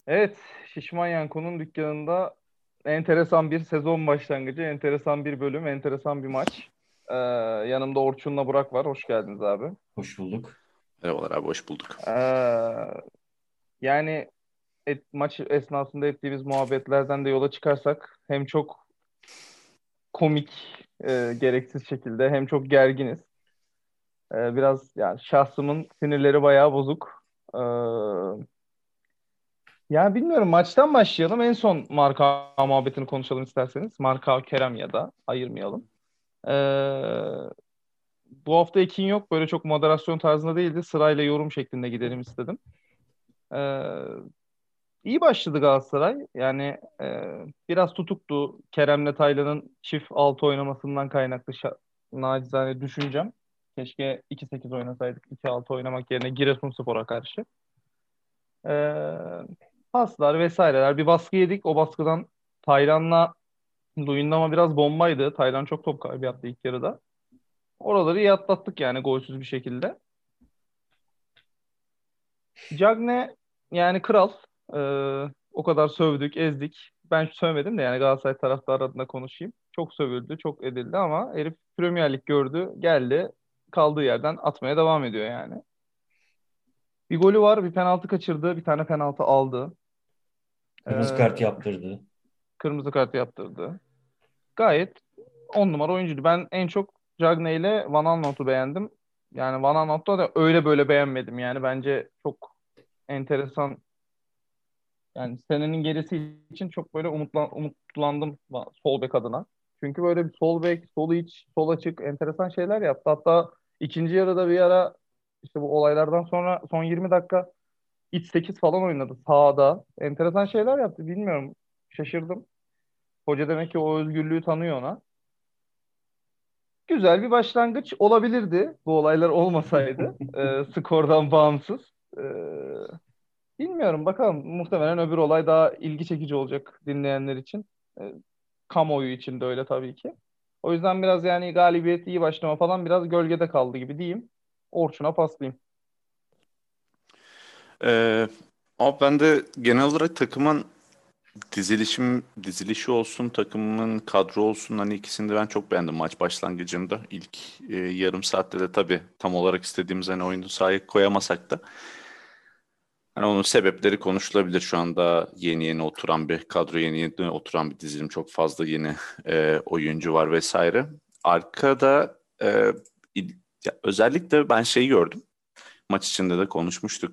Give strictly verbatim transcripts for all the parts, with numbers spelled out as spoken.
Evet, Şişman Yanko'nun dükkanında enteresan bir sezon başlangıcı, enteresan bir bölüm, enteresan bir maç. Ee, yanımda Orçun'la Burak var. Hoş geldiniz abi. Hoş bulduk. Merhabalar abi, hoş bulduk. Ee, yani et, maç esnasında ettiğimiz muhabbetlerden de yola çıkarsak hem çok komik, e, gereksiz şekilde hem çok gerginiz. Ee, biraz yani şahsımın sinirleri bayağı bozuk. Ee, yani bilmiyorum maçtan başlayalım. En son marka muhabbetini konuşalım isterseniz. Marka Kerem ya da ayırmayalım. Ee, bu hafta Ekin yok. Böyle çok moderasyon tarzında değildi. Sırayla yorum şeklinde gidelim istedim. Ee, iyi başladı Galatasaray. Yani e, biraz tutuktu. Kerem'le Taylan'ın çift altı oynamasından kaynaklı şa- nacizane düşüncem. Keşke iki sekiz oynasaydık. iki altı oynamak yerine Giresunspor'a karşı. Ee, paslar vesaireler. Bir baskı yedik. O baskıdan Taylan'la Luyendama biraz bombaydı. Taylan çok top kaybı yaptı ilk yarıda. Oraları iyi atlattık yani golsüz bir şekilde. Cagne yani kral. Ee, o kadar sövdük, ezdik. Ben sövmedim de yani Galatasaray taraftarı adına konuşayım. Çok sövüldü, çok edildi ama herif Premier Lig gördü, geldi. Kaldığı yerden atmaya devam ediyor yani. Bir golü var, bir penaltı kaçırdı, bir tane penaltı aldı. Kırmızı kart Ee, yaptırdı. kırmızı kart yaptırdı. Gayet on numara oyuncuydu. Ben en çok Cagne ile Van Aanholt'u beğendim. Yani Van Aanholt'u da öyle böyle beğenmedim. Yani bence çok enteresan. Yani senenin gerisi için çok böyle umutlan, umutlandım sol bek adına. Çünkü böyle bir sol bek, sol iç, sol açık enteresan şeyler yaptı. Hatta ikinci yarıda bir ara işte bu olaylardan sonra son yirmi dakika iç sekiz falan oynadı sahada. Enteresan şeyler yaptı. Bilmiyorum. Şaşırdım. Hoca demek ki o özgürlüğü tanıyor ona. Güzel bir başlangıç olabilirdi bu olaylar olmasaydı. E, skordan bağımsız. E, bilmiyorum bakalım. Muhtemelen öbür olay daha ilgi çekici olacak dinleyenler için. E, kamuoyu için de öyle tabii ki. O yüzden biraz yani galibiyet iyi başlama falan biraz gölgede kaldı gibi diyeyim. Orçun'a paslayayım. Ee, Abi ben de genel olarak takımın dizilişim, dizilişi olsun, takımın kadro olsun hani ikisini de ben çok beğendim maç başlangıcında. İlk e, yarım saatte de tabii tam olarak istediğimiz hani oyunu sahaya koyamasak da hani onun sebepleri konuşulabilir. Şu anda yeni yeni oturan bir kadro, yeni yeni oturan bir dizilim, çok fazla yeni e, oyuncu var vesaire. Arkada e, il- ya özellikle ben şeyi gördüm. Maç içinde de konuşmuştuk.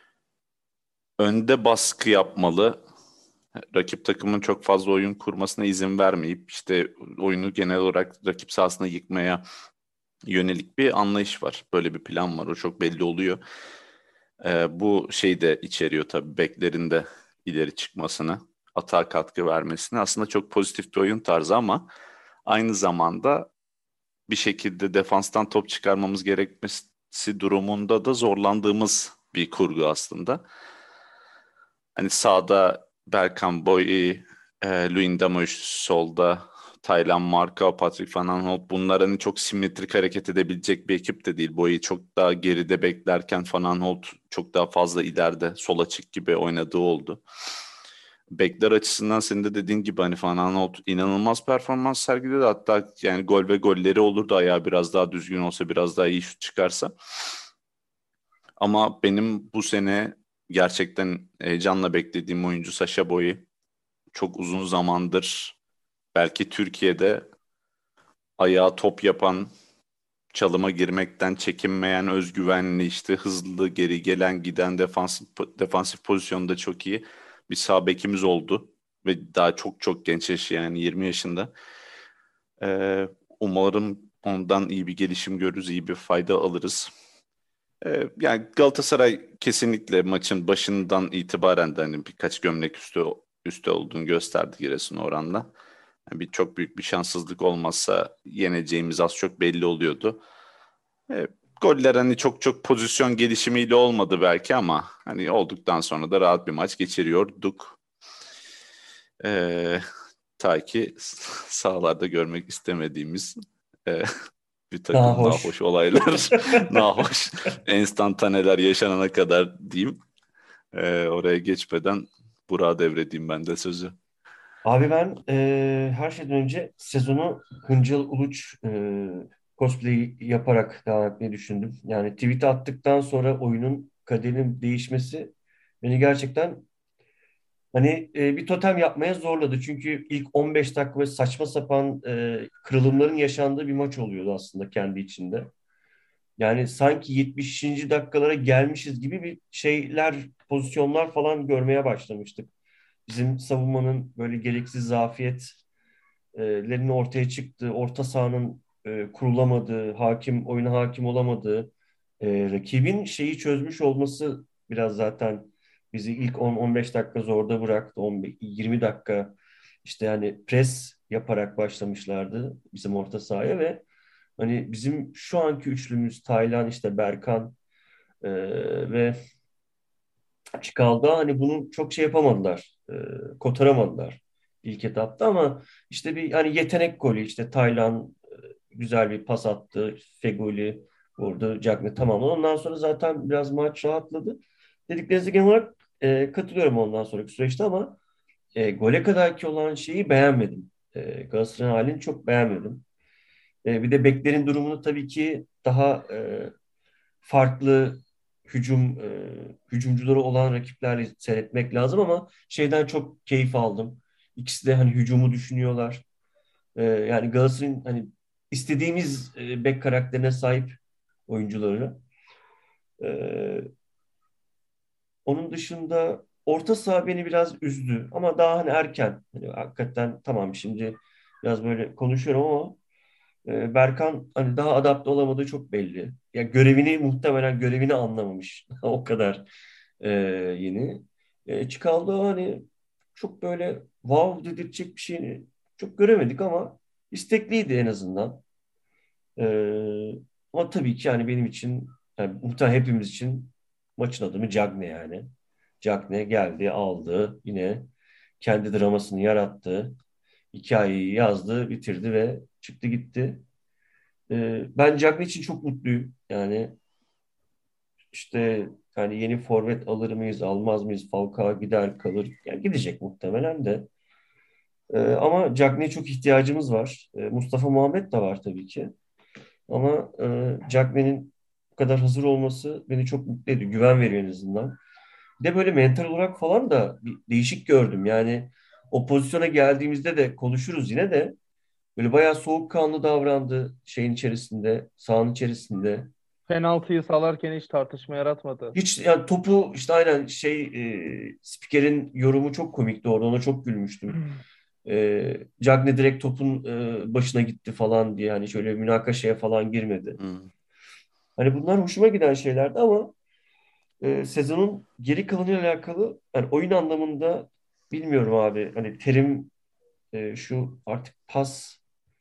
Önde baskı yapmalı. Rakip takımın çok fazla oyun kurmasına izin vermeyip işte oyunu genel olarak rakip sahasına yıkmaya yönelik bir anlayış var. Böyle bir plan var. O çok belli oluyor. Ee, bu şey de içeriyor tabii beklerin de ileri çıkmasını, atağa katkı vermesini. Aslında çok pozitif bir oyun tarzı ama aynı zamanda bir şekilde defanstan top çıkarmamız gerekmesi durumunda da zorlandığımız bir kurgu aslında. Hani sağda Berkan Boy, e, Luyendama solda Taylan Marka, Patrick Van Aanholt, bunlar hani çok simetrik hareket edebilecek bir ekip de değil. Boyu çok daha geride beklerken Van Aanholt çok daha fazla ileride sol açık gibi oynadığı oldu. Bekler açısından senin de dediğin gibi hani Van Aanholt inanılmaz performans sergiledi. Hatta yani gol ve golleri olurdu ayağı biraz daha düzgün olsa, biraz daha iyi şut çıkarsa. Ama benim bu sene gerçekten heyecanla beklediğim oyuncu Sacha Boey. Çok uzun zamandır belki Türkiye'de ayağa top yapan, çalıma girmekten çekinmeyen, özgüvenli, işte hızlı, geri gelen, giden, defansif, defansif pozisyonda çok iyi bir sağ bekimiz oldu. Ve daha çok çok genç yaşı, yani yirmi yaşında. Ee, Umarım ondan iyi bir gelişim görürüz, iyi bir fayda alırız. Ee, yani Galatasaray kesinlikle maçın başından itibaren de hani birkaç gömlek üstü üstte olduğunu gösterdi Giresun oranla. Yani bir çok büyük bir şanssızlık olmazsa yeneceğimiz az çok belli oluyordu. Ee, Goller hani çok çok pozisyon gelişimiyle olmadı belki ama hani olduktan sonra da rahat bir maç geçiriyorduk. Ee, Ta ki sahalarda görmek istemediğimiz e, bir Daha takım hoş. nahoş olaylar, nahoş enstantaneler yaşanana kadar diyeyim. Ee, oraya geçmeden Burak'a devredeyim ben de sözü. Abi ben e, her şeyden önce sezonu Hıncal Uluç e, cosplay yaparak devam etmeyi düşündüm. Yani tweet attıktan sonra oyunun kaderinin değişmesi beni gerçekten hani e, bir totem yapmaya zorladı. Çünkü ilk on beş dakika böyle saçma sapan e, kırılımların yaşandığı bir maç oluyordu aslında kendi içinde. Yani sanki yetmişinci dakikalara gelmişiz gibi bir şeyler, pozisyonlar falan görmeye başlamıştık. Bizim savunmanın böyle gereksiz zafiyetlerin ortaya çıktığı, orta sahanın e, kurulamadığı, hakim oyuna hakim olamadığı, e, rakibin şeyi çözmüş olması biraz zaten bizi ilk on on beş dakika zorda bıraktı. on beş yirmi dakika işte yani pres yaparak başlamışlardı bizim orta sahaya ve hani bizim şu anki üçlümüz Taylan işte Berkan e, ve Çikal'da hani bunu çok şey yapamadılar. E, kotaramadılar ilk etapta ama işte bir hani yetenek golü işte Taylan e, güzel bir pas attı. Feguli vurdu. Cagney tamamladı. Ondan sonra zaten biraz maç rahatladı. Dediklerinize genel olarak e, katılıyorum ondan sonraki süreçte ama e, gole kadarki olan şeyi beğenmedim. E, Galatasaray'ın halini çok beğenmedim. E, bir de beklerin durumunu tabii ki daha e, farklı hücum e, hücumcuları olan rakiplerle seyretmek lazım ama şeyden çok keyif aldım. İkisi de hani hücumu düşünüyorlar. E, yani Galatasaray'ın hani istediğimiz e, bek karakterine sahip oyuncuları. E, Onun dışında orta saha beni biraz üzdü ama daha hani erken. Hani hakikaten tamam şimdi biraz böyle konuşuyorum ama e, Berkan hani daha adapte olamadığı çok belli. Ya görevini muhtemelen görevini anlamamış. O kadar e, yeni. E, Çikaldo hani çok böyle wow dedirtecek bir şeyini çok göremedik ama istekliydi en azından. E, Ama tabii ki yani benim için yani muhtemelen hepimiz için maçın adımı Cagney yani. Cagney geldi, aldı, yine kendi dramasını yarattı. Hikayeyi yazdı, bitirdi ve çıktı gitti. Ee, ben Cagney için çok mutluyum. Yani işte yani yeni forvet alır mıyız, almaz mıyız? Falcao gider, kalır. Yani gidecek muhtemelen de. Ee, ama Cagney'e çok ihtiyacımız var. Ee, Mustafa Muhammed de var tabii ki. Ama e, Cagney'in bu kadar hazır olması beni çok mutlu ediyor. Güven veriyor en azından. Bir de böyle mental olarak falan da bir değişik gördüm. Yani o pozisyona geldiğimizde de konuşuruz yine de böyle bayağı soğukkanlı davrandı şeyin içerisinde, sahanın içerisinde. Penaltıyı salarken hiç tartışma yaratmadı. Hiç yani topu işte aynen şey e, spikerin yorumu çok komikti orada ona çok gülmüştüm. E, Cagney direkt topun e, başına gitti falan diye hani şöyle münakaşaya falan girmedi. Hmm. Hani bunlar hoşuma giden şeylerdi ama e, sezonun geri kalanıyla alakalı yani oyun anlamında bilmiyorum abi. Hani terim e, şu artık pas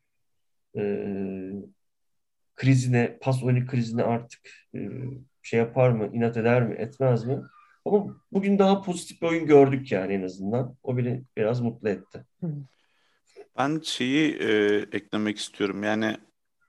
e, krizine, pas oyunu krizine artık e, şey yapar mı, inat eder mi, etmez mi? Ama bugün daha pozitif bir oyun gördük yani en azından. O beni biraz mutlu etti. Ben şeyi e, eklemek istiyorum. Yani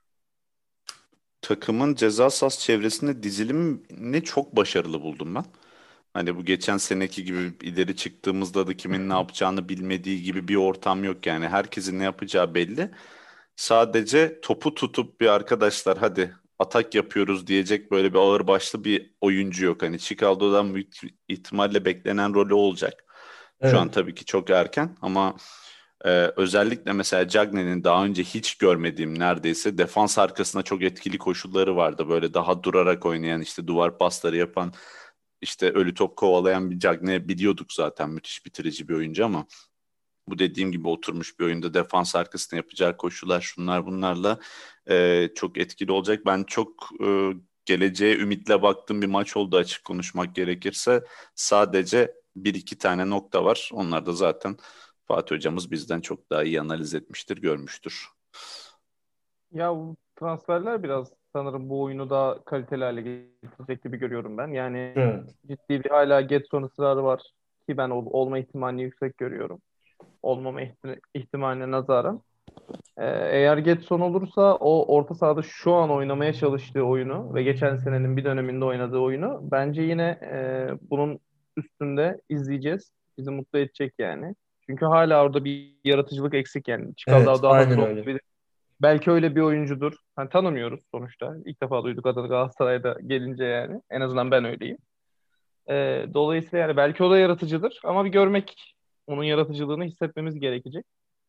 takımın ceza sahası çevresinde dizilimini çok başarılı buldum ben. Hani bu geçen seneki gibi ileri çıktığımızda da kimin ne yapacağını bilmediği gibi bir ortam yok yani. Herkesin ne yapacağı belli. Sadece topu tutup bir arkadaşlar hadi atak yapıyoruz diyecek böyle bir ağırbaşlı bir oyuncu yok. Hani Çikaldo'dan büyük ihtimalle beklenen rolü olacak. Şu an Evet, tabii ki çok erken ama e, özellikle mesela Cagney'in daha önce hiç görmediğim neredeyse defans arkasında çok etkili koşulları vardı. Böyle daha durarak oynayan işte duvar pasları yapan işte ölü top kovalayan bir Cagney biliyorduk zaten müthiş bitirici bir oyuncu ama bu dediğim gibi oturmuş bir oyunda defans arkasında yapacağı koşular şunlar bunlarla e, çok etkili olacak. Ben çok e, geleceğe ümitle baktığım bir maç oldu açık konuşmak gerekirse. Sadece bir iki tane nokta var. Onlar da zaten Fatih hocamız bizden çok daha iyi analiz etmiştir, görmüştür. Ya bu transferler biraz sanırım bu oyunu daha kaliteli hale getirecek gibi görüyorum ben. Yani evet. ciddi bir hala Gedson ısrarı var ki ben ol- olma ihtimalini yüksek görüyorum. Olmama ihti- ihtimaline nazaran. Ee, eğer Gedson olursa o orta sahada şu an oynamaya çalıştığı oyunu ve geçen senenin bir döneminde oynadığı oyunu bence yine e, bunun üstünde izleyeceğiz. bizi mutlu edecek yani. Çünkü hala orada bir yaratıcılık eksik yani. Evet, Çikaldağ daha hazır aynen öyle. olabilir. Belki öyle bir oyuncudur. Hani tanımıyoruz sonuçta. İlk defa duyduk adını Galatasaray'da gelince yani. En azından ben öyleyim. Ee, dolayısıyla yani belki o da yaratıcıdır ama bir görmek, onun yaratıcılığını hissetmemiz gerekecek.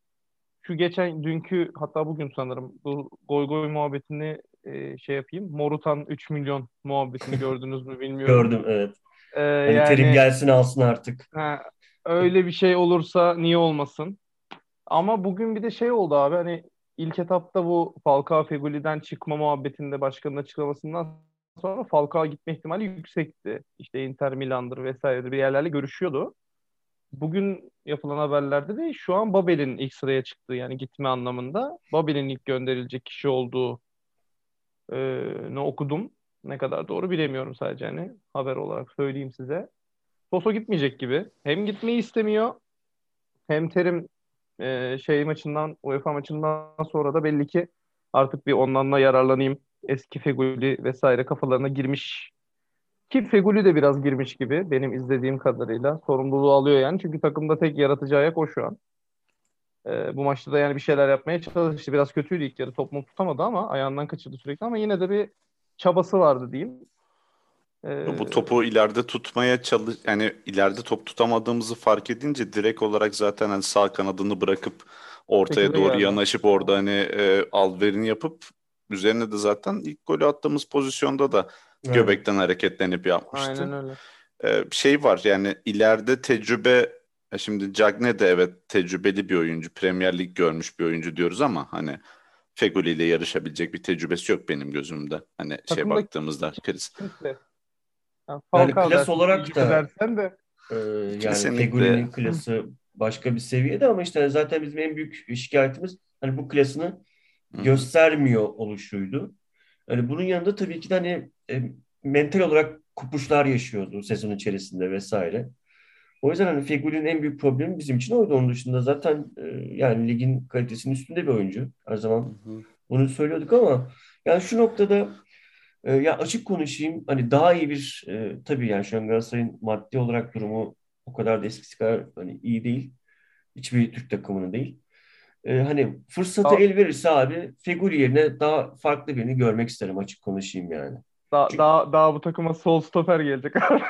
Şu geçen dünkü hatta bugün sanırım bu goy goy muhabbetini e, şey yapayım. Morutan üç milyon muhabbetini gördünüz mü bilmiyorum. Gördüm, evet. Ee, Hani Terim yani gelsin alsın artık. ha, öyle bir şey olursa niye olmasın? Ama bugün bir de şey oldu abi hani ilk etapta bu Falcao Fegüli'den çıkma muhabbetinde başkanın açıklamasından sonra Falcao gitme ihtimali yüksekti. İşte Inter Milan'dır vesaire bir yerlerle görüşüyordu. Bugün yapılan haberlerde de şu an Babel'in ilk sıraya çıktığı yani gitme anlamında Babel'in ilk gönderilecek kişi olduğu e, ne okudum. Ne kadar doğru bilemiyorum sadece hani haber olarak söyleyeyim size. Soso gitmeyecek gibi. Hem gitmeyi istemiyor hem Terim e, şey maçından UEFA maçından sonra da belli ki artık bir ondan da yararlanayım. Eski Feguli vesaire kafalarına girmiş. Ki Feguli de biraz girmiş gibi benim izlediğim kadarıyla. Sorumluluğu alıyor yani. Çünkü takımda tek yaratıcı ayak o şu an. E, bu maçta da yani bir şeyler yapmaya çalıştı. Biraz kötüydü ilk yarı. Top mu tutamadı ama ayağından kaçırdı sürekli. Ama yine de bir çabası vardı diyeyim. E, Bu topu ileride tutmaya çalış yani ileride top tutamadığımızı fark edince direkt olarak zaten hani sağ kanadını bırakıp ortaya sekize doğru geldi. yanaşıp orada hani e, alverini yapıp üzerine de zaten ilk golü attığımız pozisyonda da Aynen. göbekten hareketlenip Aynen yapmıştı. öyle. E, bir şey var yani ileride tecrübe e, şimdi Cagney de evet tecrübeli bir oyuncu, Premier Lig görmüş bir oyuncu diyoruz ama hani Feguli ile yarışabilecek bir tecrübesi yok benim gözümde. Hani şey Takımda baktığımızda kriz. kimse. Yani Yani Falcao klas dersin, olarak tecrübe da dersen de e, yani Kesinlikle. Fegüli'nin klası başka bir seviyede ama işte zaten bizim en büyük şikayetimiz hani bu klasını Hı hı. göstermiyor oluşuydu. Hani bunun yanında tabii ki de hani e, mental olarak kopuşlar yaşıyordu sezon içerisinde vesaire. O yüzden hani Fegüli'nin en büyük problemi bizim için oydu. Onun dışında zaten e, yani ligin kalitesinin üstünde bir oyuncu. Her Hı zaman hı. bunu söylüyorduk ama yani şu noktada e, ya açık konuşayım hani daha iyi bir e, tabii yani şu an Galatasaray'ın maddi olarak durumu o kadar da eskisi kadar hani iyi değil. Hiçbir Türk takımının değil. E, hani fırsatı daha, el verirse abi Feguli yerine daha farklı birini görmek isterim açık konuşayım yani. daha, Çünkü daha, daha bu takıma sol stoper gelecek abi.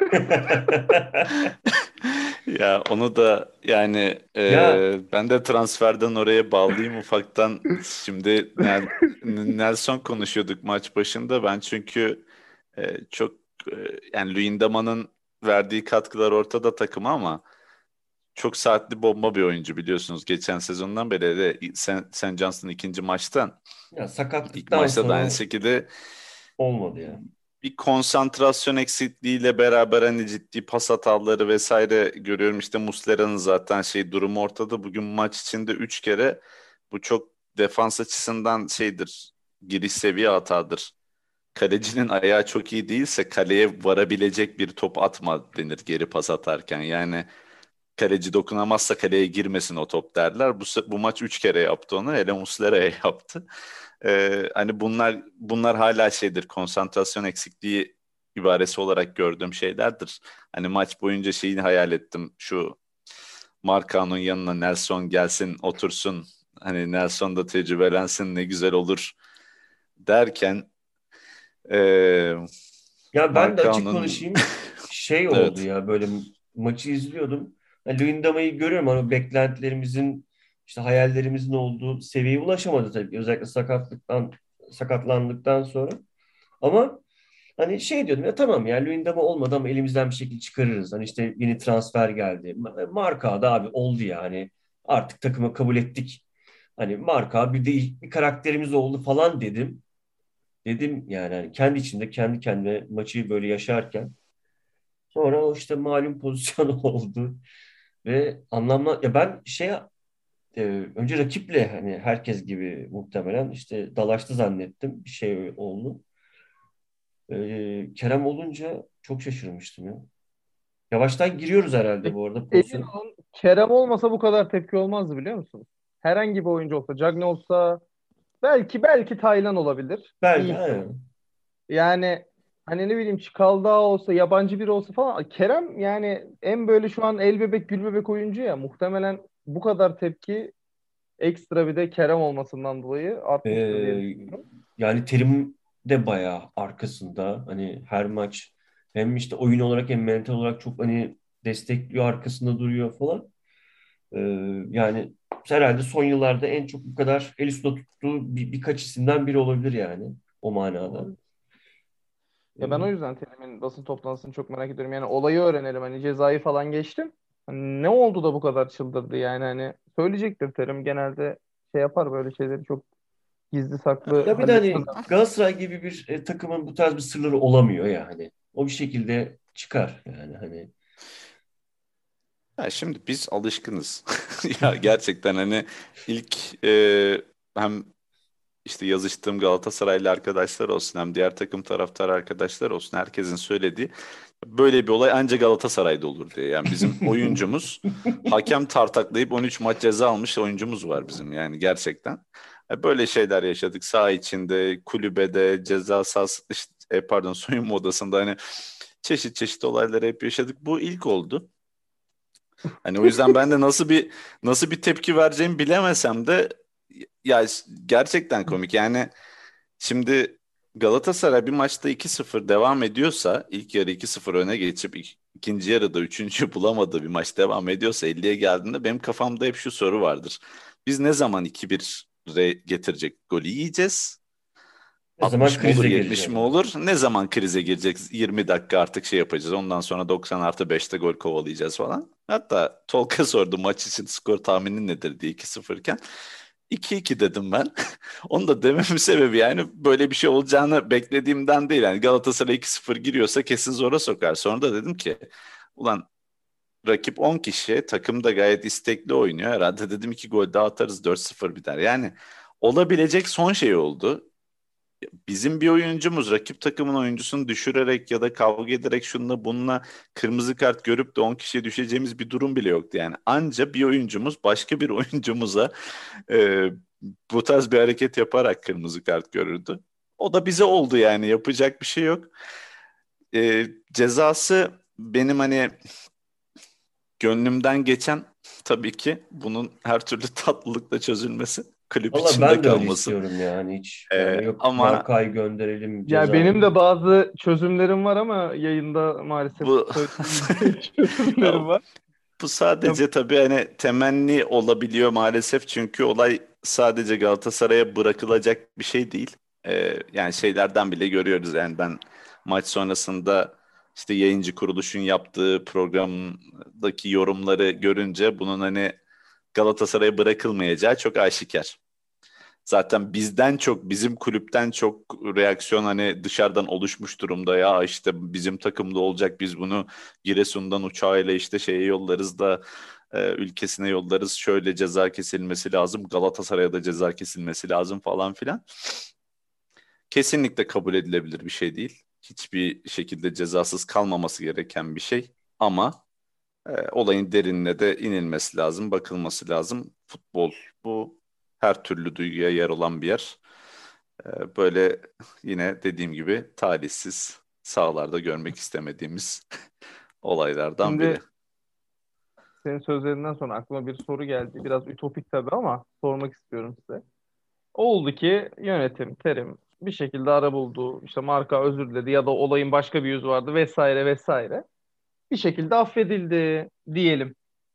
Ya onu da yani ya e, ben de transferden oraya bağlayayım ufaktan. Şimdi Nel- Nelson konuşuyorduk maç başında. Ben çünkü e, çok e, yani Luyendama'nın verdiği katkılar ortada takıma ama çok saatli bomba bir oyuncu biliyorsunuz. Geçen sezondan beri de Sen, Sen Johnston ikinci maçtan ya ilk sakatlıktan maçta da aynı sonra şekilde olmadı ya. bir konsantrasyon eksikliğiyle beraber hani ciddi pas hataları vesaire görüyorum. İşte Muslera'nın zaten şey durumu ortada. Bugün maç içinde üç kere bu çok defans açısından şeydir. Giriş seviye hatadır. Kalecinin ayağı çok iyi değilse kaleye varabilecek bir top atma denir geri pas atarken. Yani kaleci dokunamazsa kaleye girmesin o top derler. Bu, se- bu maç üç kere yaptı onu. Hele Muslera'ya yaptı. Ee, hani bunlar bunlar hala şeydir. Konsantrasyon eksikliği ibaresi olarak gördüğüm şeylerdir. Hani maç boyunca şeyini hayal ettim. Şu Marcao'nun yanına Nelson gelsin, otursun. Hani Nelson da tecrübelensin ne güzel olur derken ee, Ya ben de açık Marcao'nun konuşayım şey oldu evet. ya böyle maçı izliyordum. Yani Luyendama'yı görüyorum ama beklentilerimizin işte hayallerimizin olduğu seviyeye ulaşamadı tabii ki. Özellikle sakatlıktan sakatlandıktan sonra. Ama hani şey diyordum ya tamam ya Luyendama olmadı ama elimizden bir şekilde çıkarırız. Hani işte yeni transfer geldi. Ma- Marka da abi oldu ya hani artık takıma kabul ettik. Hani marka bir de bir karakterimiz oldu falan dedim. Dedim yani hani kendi içimde kendi kendime maçı böyle yaşarken sonra o işte malum pozisyon oldu ve anlamla ya ben şey e, önce rakiple hani herkes gibi muhtemelen işte dalaştı zannettim bir şey oldu. E, Kerem olunca çok şaşırmıştım ya. Yavaştan giriyoruz herhalde E- bu arada Emin pozisyon. olun Kerem olmasa bu kadar tepki olmazdı biliyor musunuz? Herhangi bir oyuncu olsa, Cagney olsa belki belki Taylan olabilir. Belki İyi ihtimal. aynen. Yani hani ne bileyim Çikaldağ olsa, yabancı biri olsa falan. Kerem yani en böyle şu an el bebek gül bebek oyuncu ya. Muhtemelen bu kadar tepki ekstra bir de Kerem olmasından dolayı artmıştır diye Ee, düşünüyorum. Yani Terim de bayağı arkasında. Hani her maç hem işte oyun olarak hem mental olarak çok hani destekliyor, arkasında duruyor falan. Ee, Yani herhalde son yıllarda en çok bu kadar el üstünde tuttuğu bir, birkaç isimden biri olabilir yani o manada. Ya ben o Ee, yüzden Terim'in basın toplantısını çok merak ediyorum. Yani olayı öğrenelim. Hani cezayı falan geçtim. Hani ne oldu da bu kadar çıldırdı yani hani söyleyecektir Terim. Genelde şey yapar böyle şeyleri çok gizli saklı Ya bir de halletmez. hani Galatasaray gibi bir e, takımın bu tarz bir sırları olamıyor yani. O bir şekilde çıkar yani hani. Ya şimdi biz alışkınız. Ya gerçekten hani ilk e, hem işte yazıştığım Galatasaraylı arkadaşlar olsun hem diğer takım taraftar arkadaşlar olsun herkesin söylediği böyle bir olay ancak Galatasaray'da olur diye. Yani bizim oyuncumuz hakem tartaklayıp on üç maç ceza almış oyuncumuz var bizim yani gerçekten. E, Böyle şeyler yaşadık saha içinde, kulübede, ceza sahası, işte, e, pardon soyunma odasında hani çeşit çeşit olayları hep yaşadık. Bu ilk oldu. Hani o yüzden ben de nasıl bir nasıl bir tepki vereceğimi bilemesem de ya gerçekten komik. Yani şimdi Galatasaray bir maçta iki sıfır devam ediyorsa ilk yarı iki sıfır öne geçip ik- ikinci yarıda üçüncü bulamadığı bir maç devam ediyorsa elliye geldiğinde benim kafamda hep şu soru vardır. Biz ne zaman iki bire getirecek golü yiyeceğiz? Ne zaman altmış mı olur, krize yetmiş gireceğiz mi yani. olur? Ne zaman krize girecek? yirmi dakika artık şey yapacağız. Ondan sonra doksan artı beşte gol kovalayacağız falan. Hatta Tolga sordu maç için skor tahmini nedir diye iki sıfır iken. iki iki dedim ben. Onu da dememin sebebi yani böyle bir şey olacağını beklediğimden değil. Yani Galatasaray iki sıfır giriyorsa kesin zora sokar. Sonra da dedim ki ulan rakip on kişi takım da gayet istekli oynuyor. Herhalde dedim iki gol daha atarız dört sıfır biter. Yani olabilecek son şey oldu. Bizim bir oyuncumuz rakip takımın oyuncusunu düşürerek ya da kavga ederek şununla bununla kırmızı kart görüp de on kişiye düşeceğimiz bir durum bile yoktu. Yani anca bir oyuncumuz başka bir oyuncumuza e, bu tarz bir hareket yaparak kırmızı kart görürdü. O da bize oldu yani yapacak bir şey yok. E, cezası benim hani gönlümden geçen tabii ki bunun her türlü tatlılıkla çözülmesi, kulüp Valla içinde ben de öyle kalması. istiyorum yani hiç. E, Yani yok ama Marka'yı gönderelim Ya ceza. benim de bazı çözümlerim var ama yayında maalesef bu söyleyemeyeceğim çözümlerim var. Bu Ya, sadece tabii hani temenni olabiliyor maalesef çünkü olay sadece Galatasaray'a bırakılacak bir şey değil. Ee, yani şeylerden bile görüyoruz yani ben maç sonrasında işte yayıncı kuruluşun yaptığı programdaki yorumları görünce bunun hani Galatasaray'a bırakılmayacağı çok aşikar. Zaten bizden çok, bizim kulüpten çok reaksiyon hani dışarıdan oluşmuş durumda. Ya işte bizim takımda olacak biz bunu Giresun'dan uçağıyla işte şeye yollarız da e, ülkesine yollarız. Şöyle ceza kesilmesi lazım. Galatasaray'a da ceza kesilmesi lazım falan filan. Kesinlikle kabul edilebilir bir şey değil. Hiçbir şekilde cezasız kalmaması gereken bir şey. Ama e, olayın derinine de inilmesi lazım, bakılması lazım. Futbol bu her türlü duyguya yer olan bir yer. E, böyle yine dediğim gibi talihsiz sahalarda görmek istemediğimiz olaylardan biri. şimdi senin sözlerinden sonra aklıma bir soru geldi. Biraz ütopik tabii ama sormak istiyorum size. Oldu ki yönetim, terim bir şekilde ara buldu. İşte marka özür diledi ya da olayın başka bir yüzü vardı vesaire vesaire. Bir şekilde affedildi diyelim.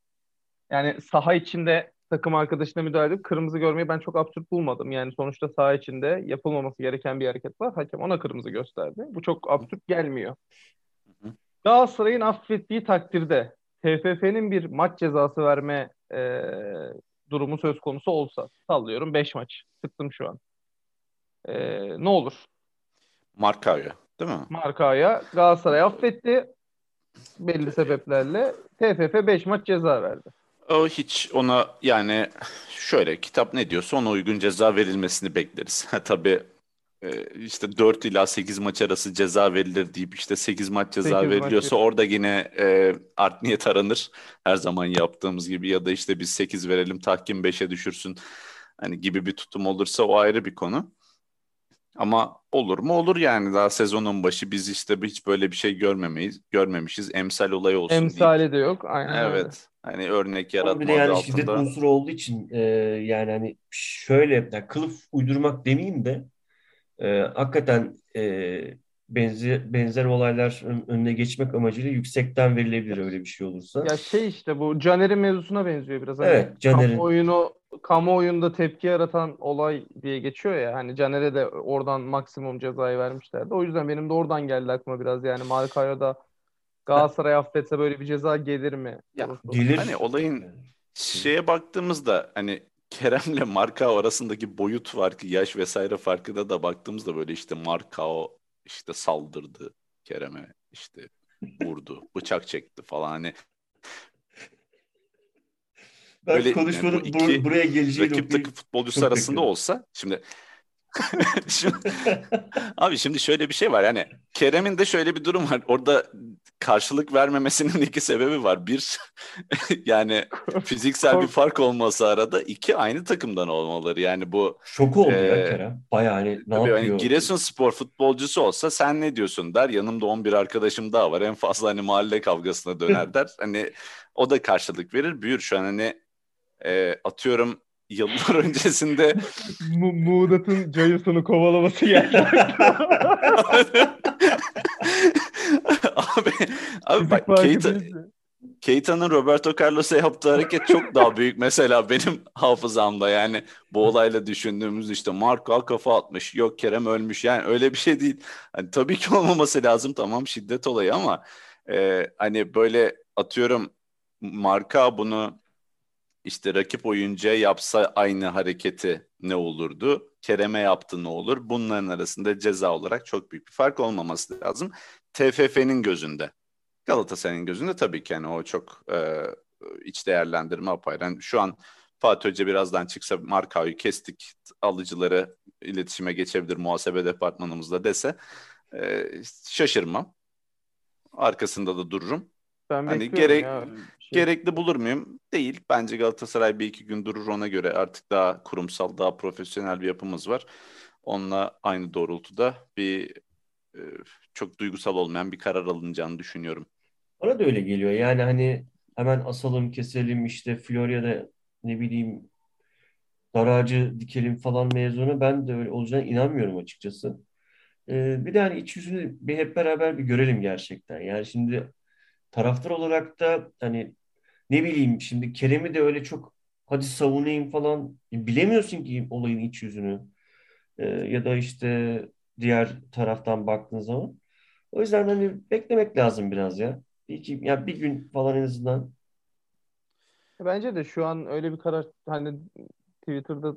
Yani saha içinde takım arkadaşına müdahale edip kırmızı görmeyi ben çok absürt bulmadım. Yani sonuçta saha içinde yapılmaması gereken bir hareket var. Hakem ona kırmızı gösterdi. Bu çok absürt gelmiyor. Hı hı. Galatasaray'ın affettiği takdirde T F F'nin bir maç cezası verme e, durumu söz konusu olsa sallıyorum beş maç. Sıktım şu an. E, ne olur? Markao'ya, değil mi? Marka'ya Galatasaray affetti belli sebeplerle. T F F beş maç ceza verdi. O hiç ona yani şöyle kitap ne diyorsa ona uygun ceza verilmesini bekleriz. Ha, tabii e, işte dört ila sekiz maç arası ceza verilir deyip işte sekiz maç ceza sekiz maç. veriliyorsa orada yine e, art niyet aranır. Her zaman yaptığımız gibi ya da işte biz sekiz verelim tahkim beşe düşürsün hani gibi bir tutum olursa o ayrı bir konu. Ama olur mu olur yani, daha sezonun başı biz işte hiç böyle bir şey görmemeyiz, görmemişiz. Emsal olayı olsun deyip Emsali de yok. Aynen öyle. evet, hani örnek Ama bir de yaratma adı yani şiddet altında. unsuru olduğu için e, yani hani şöyle yani kılıf uydurmak demeyeyim de e, hakikaten e, benzer, benzer olaylar ön- önüne geçmek amacıyla yüksekten verilebilir öyle bir şey olursa. Ya şey işte bu Caner'in mevzusuna benziyor biraz. Hani Evet, Caner'in kamuoyunu kamuoyunda tepki yaratan olay diye geçiyor ya. Hani Caner'e de oradan maksimum cezayı vermişlerdi. O yüzden benim de oradan geldi aklıma biraz. Yani Markao'ya da Ha, Galatasaray affetse böyle bir ceza gelir mi ya sorusu. hani gelir. olayın Yani, gelir. şeye baktığımızda hani Kerem'le Marka arasındaki boyut farkı, yaş vesaire farkına da baktığımızda böyle işte Markao işte saldırdı Kerem'e, işte vurdu, bıçak çekti falan, hani Ben böyle yani bu konuşmanın bur- iki buraya geleceği rakip noktayı takım futbolcusu çok arasında bekledim. olsa şimdi Şimdi, abi şimdi şöyle bir şey var yani, Kerem'in de şöyle bir durum var. Orada karşılık vermemesinin iki sebebi var. Bir, yani fiziksel bir Kork fark olması arada. İki, aynı takımdan olmaları. Yani bu Şok oldu ya e, Kerem. Baya hani ne tabii hani yapıyor? Giresunspor futbolcusu olsa sen ne diyorsun der. Yanımda on bir arkadaşım daha var. En fazla hani mahalle kavgasına döner der. Hani o da karşılık verir. Büyür şu an hani e, atıyorum yıllar öncesinde. Mu Muğdat'ın Cayus'unu kovalaması geldi aklıma. Abi, abi Fizik bak farkı Keita, deyince. Keita'nın Roberto Carlos'a yaptığı hareket çok daha büyük mesela benim hafızamda, yani bu olayla düşündüğümüz işte Marco kafa atmış, yok Kerem ölmüş, yani öyle bir şey değil. Hani tabii ki olmaması lazım, tamam şiddet olayı ama e, hani böyle atıyorum Marka bunu işte rakip oyuncuya yapsa aynı hareketi ne olurdu? Kerem'e yaptı ne olur? Bunların arasında ceza olarak çok büyük bir fark olmaması lazım. T F F'nin gözünde. Galatasaray'ın gözünde tabii ki yani o çok e, iç değerlendirme apayrı. Yani şu an Fatih Hoca birazdan çıksa markayı kestik, alıcıları iletişime geçebilir muhasebe departmanımızda dese e, şaşırmam. Arkasında da dururum. Ben Hani bekliyorum gerek ya öyle bir şey. gerekli bulur muyum? Değil. Bence Galatasaray bir iki gün durur, ona göre artık daha kurumsal, daha profesyonel bir yapımız var. Onunla aynı doğrultuda bir e, çok duygusal olmayan bir karar alınacağını düşünüyorum. Bana da öyle geliyor. Yani hani hemen asalım, keselim işte Florya'da ne bileyim dar ağacı dikelim falan mezunu ben de öyle olacağına inanmıyorum açıkçası. Ee, bir de hani iç yüzünü bir hep beraber bir görelim gerçekten. Yani şimdi taraftar olarak da hani ne bileyim şimdi Kerem'i de öyle çok hadi savunayım falan bilemiyorsun ki olayın iç yüzünü. Ee, ya da işte diğer taraftan baktığın zaman. O yüzden hani beklemek lazım biraz ya. Bir, iki, ya bir gün falan en azından. Bence de şu an öyle bir karar hani Twitter'da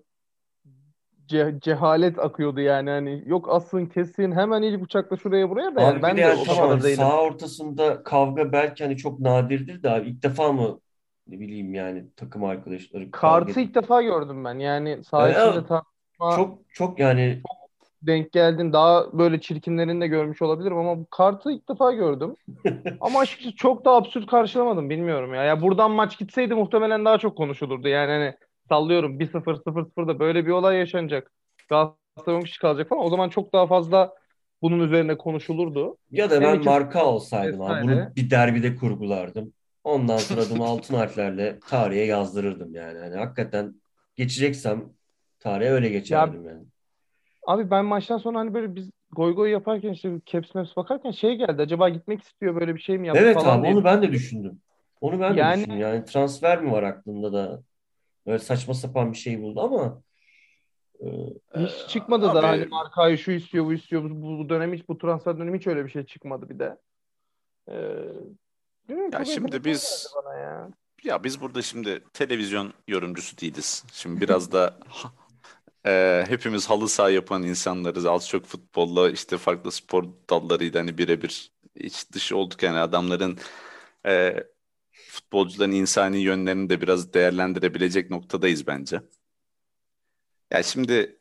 ce- cehalet akıyordu yani hani yok asın kesin hemen ilk bıçakla şuraya buraya da yani Abi bir de ben de yani o tamam hani kafada değilim. saha ortasında kavga belki hani çok nadirdir de abi ilk defa mı ne bileyim yani takım arkadaşları kavga Kartı edip ilk defa gördüm ben yani e, saha içinde tartışma çok çok yani denk geldin daha böyle çirkinlerini de görmüş olabilirim ama bu kartı ilk defa gördüm. Ama açıkçası çok da absürt karşılamadım bilmiyorum ya. Ya buradan maç gitseydi muhtemelen daha çok konuşulurdu. Yani hani sallıyorum bir sıfır sıfır sıfırda böyle bir olay yaşanacak. Galatasaray on kişi kalacak falan. O zaman çok daha fazla bunun üzerine konuşulurdu. ya da Hem ben iki marka olsaydım abi vesaire. bunu bir derbide kurgulardım. Ondan sonra adımı altın harflerle tarihe yazdırırdım yani. Hani hakikaten geçeceksem tarihe öyle Ya geçerdim yani. abi ben maçtan sonra hani böyle biz goy goy yaparken işte caps maps bakarken şey geldi. Acaba gitmek istiyor böyle bir şey mi yaptı Evet falan abi diye onu ben de düşündüm. düşündüm. Onu ben de Yani düşündüm. Yani transfer mi var aklında da böyle saçma sapan bir şey buldu ama e, Ee, hiç çıkmadı da hani abi markayı şu istiyor bu istiyor bu, bu dönem hiç bu transfer dönemi hiç öyle bir şey çıkmadı bir de. Ee, Bilmiyorum ya çok şimdi enteresan geldi biz bana ya. ya biz burada şimdi televizyon yorumcusu değiliz. Şimdi biraz da e, hepimiz halı saha yapan insanlarız. Az çok futbolla işte farklı spor dallarıyla hani birebir iç dışı olduk, yani adamların e, futbolcuların insani yönlerini de biraz değerlendirebilecek noktadayız bence. Ya şimdi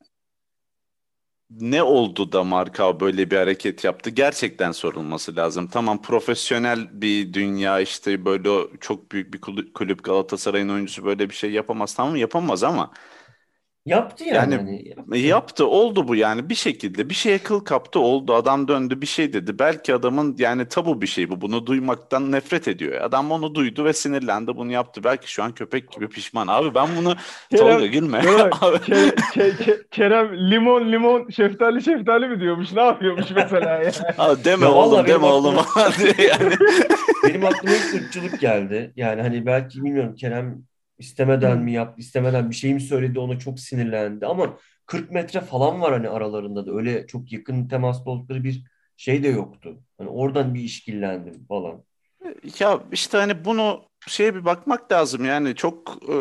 ne oldu da Marka böyle bir hareket yaptı? Gerçekten sorulması lazım. Tamam, profesyonel bir dünya, işte böyle çok büyük bir kulüp, kulüp Galatasaray'ın oyuncusu böyle bir şey yapamaz. Tamam, yapamaz ama Yaptı yani Yani hani yaptı. yaptı oldu bu yani bir şekilde bir şeye kıl kaptı oldu adam döndü bir şey dedi belki adamın yani tabu bir şey bu bunu duymaktan nefret ediyor adam onu duydu ve sinirlendi bunu yaptı belki şu an köpek gibi pişman abi ben bunu Tolga Kerem, gülme dur bak, abi. Ke- Ke- Ke- Kerem limon limon şeftali şeftali mi diyormuş? Ne yapıyormuş mesela yani? Abi deme Ya oğlum vallahi benim deme oğlum aklıma diye yani. benim aklıma ilk ırkçılık geldi. Yani hani belki bilmiyorum Kerem istemeden mi yaptı, istemeden bir şey mi söyledi ona çok sinirlendi ama kırk metre falan var hani aralarında da öyle çok yakın temaslı oldukları bir şey de yoktu. Hani oradan bir işkillendim falan. Ya işte hani bunu şeye bir bakmak lazım yani çok e,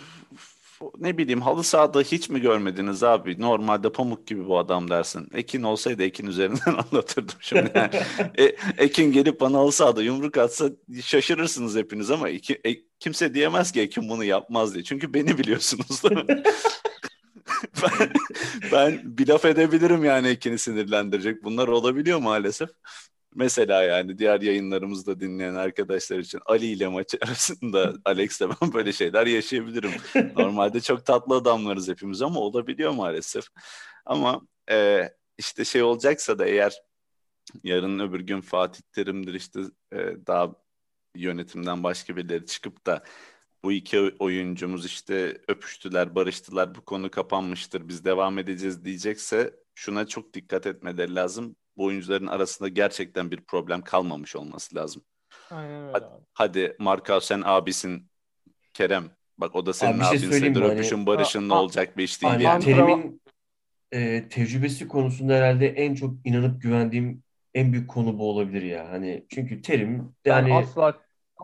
ne bileyim halı sahada hiç mi görmediniz abi? Normalde pamuk gibi bu adam dersin. Ekin olsaydı Ekin üzerinden anlatırdım şimdi yani. E, Ekin gelip bana halı sahada yumruk atsa şaşırırsınız hepiniz ama Ekin- e, kimse diyemez ki Ekin bunu yapmaz diye. Çünkü beni biliyorsunuz değil mi? Ben, ben bir laf edebilirim yani Ekin'i sinirlendirecek. Bunlar olabiliyor maalesef. Mesela yani diğer yayınlarımızda dinleyen arkadaşlar için Ali ile maç arasında Alex'le ben böyle şeyler yaşayabilirim. Normalde çok tatlı adamlarız hepimiz ama olabiliyor maalesef. Ama e, işte şey olacaksa da eğer yarın öbür gün Fatih Terim'dir işte e, daha yönetimden başka birileri çıkıp da bu iki oyuncumuz işte öpüştüler, barıştılar, bu konu kapanmıştır, biz devam edeceğiz diyecekse şuna çok dikkat etmeleri lazım. Bu oyuncuların arasında gerçekten bir problem kalmamış olması lazım. Aynen öyle Hadi, abi. hadi Marka sen abisin Kerem. Bak o da senin Abi bir şey abin söyleyeyim sayılır. mi? Hani Öpüşün A- barışın ne a- olacak bir iş değil hani yani. Antrenman Terim'in e, tecrübesi konusunda herhalde en çok inanıp güvendiğim en büyük konu bu olabilir ya. Hani çünkü Terim ben yani asla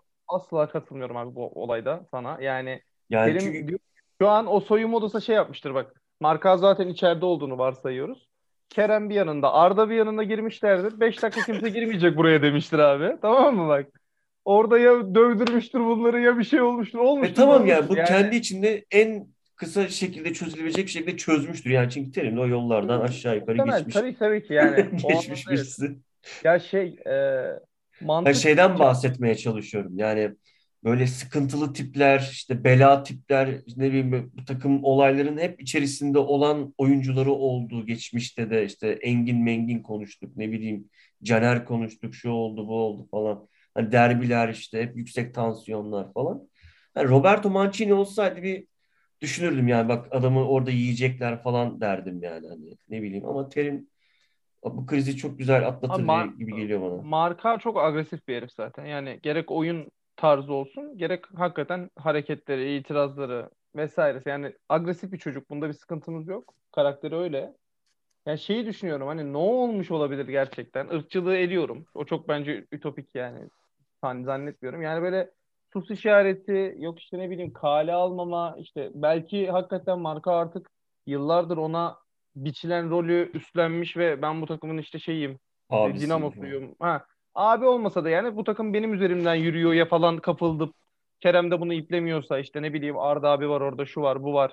asla katılmıyorum abi bu olayda sana. Yani yani Terim çünkü diyor, şu an o soyunma odası şey yapmıştır bak. Marka zaten içeride olduğunu varsayıyoruz. Kerem bir yanında, Arda bir yanında girmişlerdir. Beş dakika kimse girmeyecek buraya demiştir abi. Tamam mı bak? Orada ya dövdürmüştür bunları ya bir şey olmuştur. e Olmuştur da tamam yani olmuştur. bu Yani kendi içinde en kısa şekilde çözülebilecek şekilde çözmüştür. Yani çünkü Terim de o yollardan aşağı yukarı muhtemel geçmiş tabii tabii ki yani o geçmiş anlamda evet. birisi. Ya şey e, Hani mantık şeyden bahsetmeye çalışıyorum. Yani böyle sıkıntılı tipler, işte bela tipler, işte ne bileyim bu takım olayların hep içerisinde olan oyuncuları oldu. Geçmişte de işte Engin Mengin konuştuk, ne bileyim Caner konuştuk, şu oldu, bu oldu falan. Hani derbiler işte hep yüksek tansiyonlar falan. Hani Roberto Mancini olsaydı bir düşünürdüm yani bak adamı orada yiyecekler falan derdim yani hani ne bileyim ama Terim bu krizi çok güzel Abi atlatır diye Mar gibi geliyor bana. Marka çok agresif bir herif zaten. Yani gerek oyun tarzı olsun, gerek hakikaten hareketleri, itirazları vesairesi. Yani agresif bir çocuk. Bunda bir sıkıntımız yok. Karakteri öyle. Yani şeyi düşünüyorum hani ne olmuş olabilir gerçekten? Irkçılığı eliyorum. O çok bence ütopik yani. Hani zannetmiyorum. Yani böyle sus işareti, yok işte ne bileyim kale almama, işte belki hakikaten marka artık yıllardır ona biçilen rolü üstlenmiş ve ben bu takımın işte şeyim, e, Abisiyim falan. dinamosuyum. Ha, abi olmasa da yani bu takım benim üzerimden yürüyor ya falan kapıldı. Kerem de bunu iplemiyorsa işte ne bileyim Arda abi var orada şu var bu var.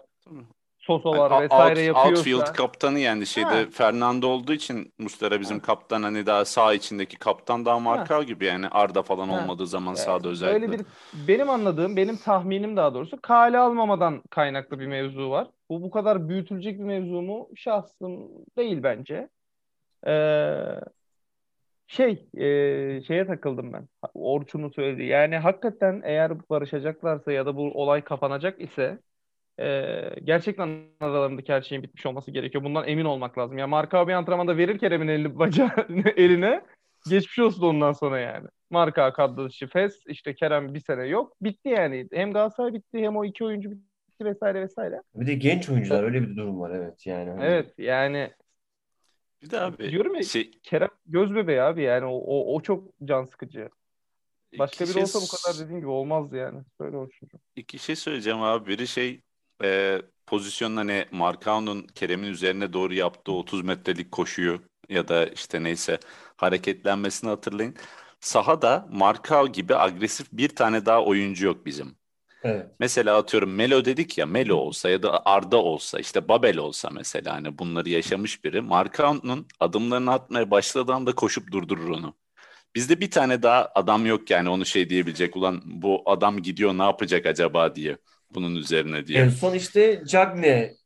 Soso Hani var vesaire out, outfield yapıyorsa. kaptanı yani şeyde Ha, Fernando olduğu için Muslera bizim ha, kaptan hani daha sağ içindeki kaptan daha ha. Marka gibi yani Arda falan Ha. olmadığı zaman Ya, sahada öyle özellikle. bir benim anladığım, benim tahminim daha doğrusu kale almamadan kaynaklı bir mevzu var. Bu bu kadar büyütülecek bir mevzu mu? Şahsım değil bence. Ee, şey e, şeye takıldım ben. Orçun'un söylediği. Yani hakikaten eğer barışacaklarsa ya da bu olay kapanacak ise e, gerçekten aralarındaki her şeyin bitmiş olması gerekiyor. Bundan emin olmak lazım. Ya Marka bir antrenmanda verir Kerem'in elini bacağı eline. Geçmiş olsun ondan sonra yani. Marka kadro dışı Fes, işte Kerem bir sene yok. Bitti yani. Hem Galatasaray bitti hem o iki oyuncu bitti vesaire vesaire. Bir de genç oyuncular öyle bir durum var evet yani hani Evet yani Bir de abi diyorum ya şey Kerem göz bebeği abi yani o, o, o çok can sıkıcı. iki Başka biri şey olsa bu kadar dediğim gibi olmazdı yani. Söyle o çocuğum. iki şey söyleyeceğim abi. Biri şey e, pozisyonun hani Markao'nun Kerem'in üzerine doğru yaptığı otuz metrelik koşuyu ya da işte neyse hareketlenmesini hatırlayın. Sahada Markao gibi agresif bir tane daha oyuncu yok bizim. evet. Mesela atıyorum Melo dedik ya Melo olsa ya da Arda olsa işte Babel olsa mesela hani bunları yaşamış biri. Markao'nun adımlarını atmaya başladığı anda koşup durdurur onu. Bizde bir tane daha adam yok yani onu şey diyebilecek ulan bu adam gidiyor ne yapacak acaba diye bunun üzerine En diye. son işte Cagne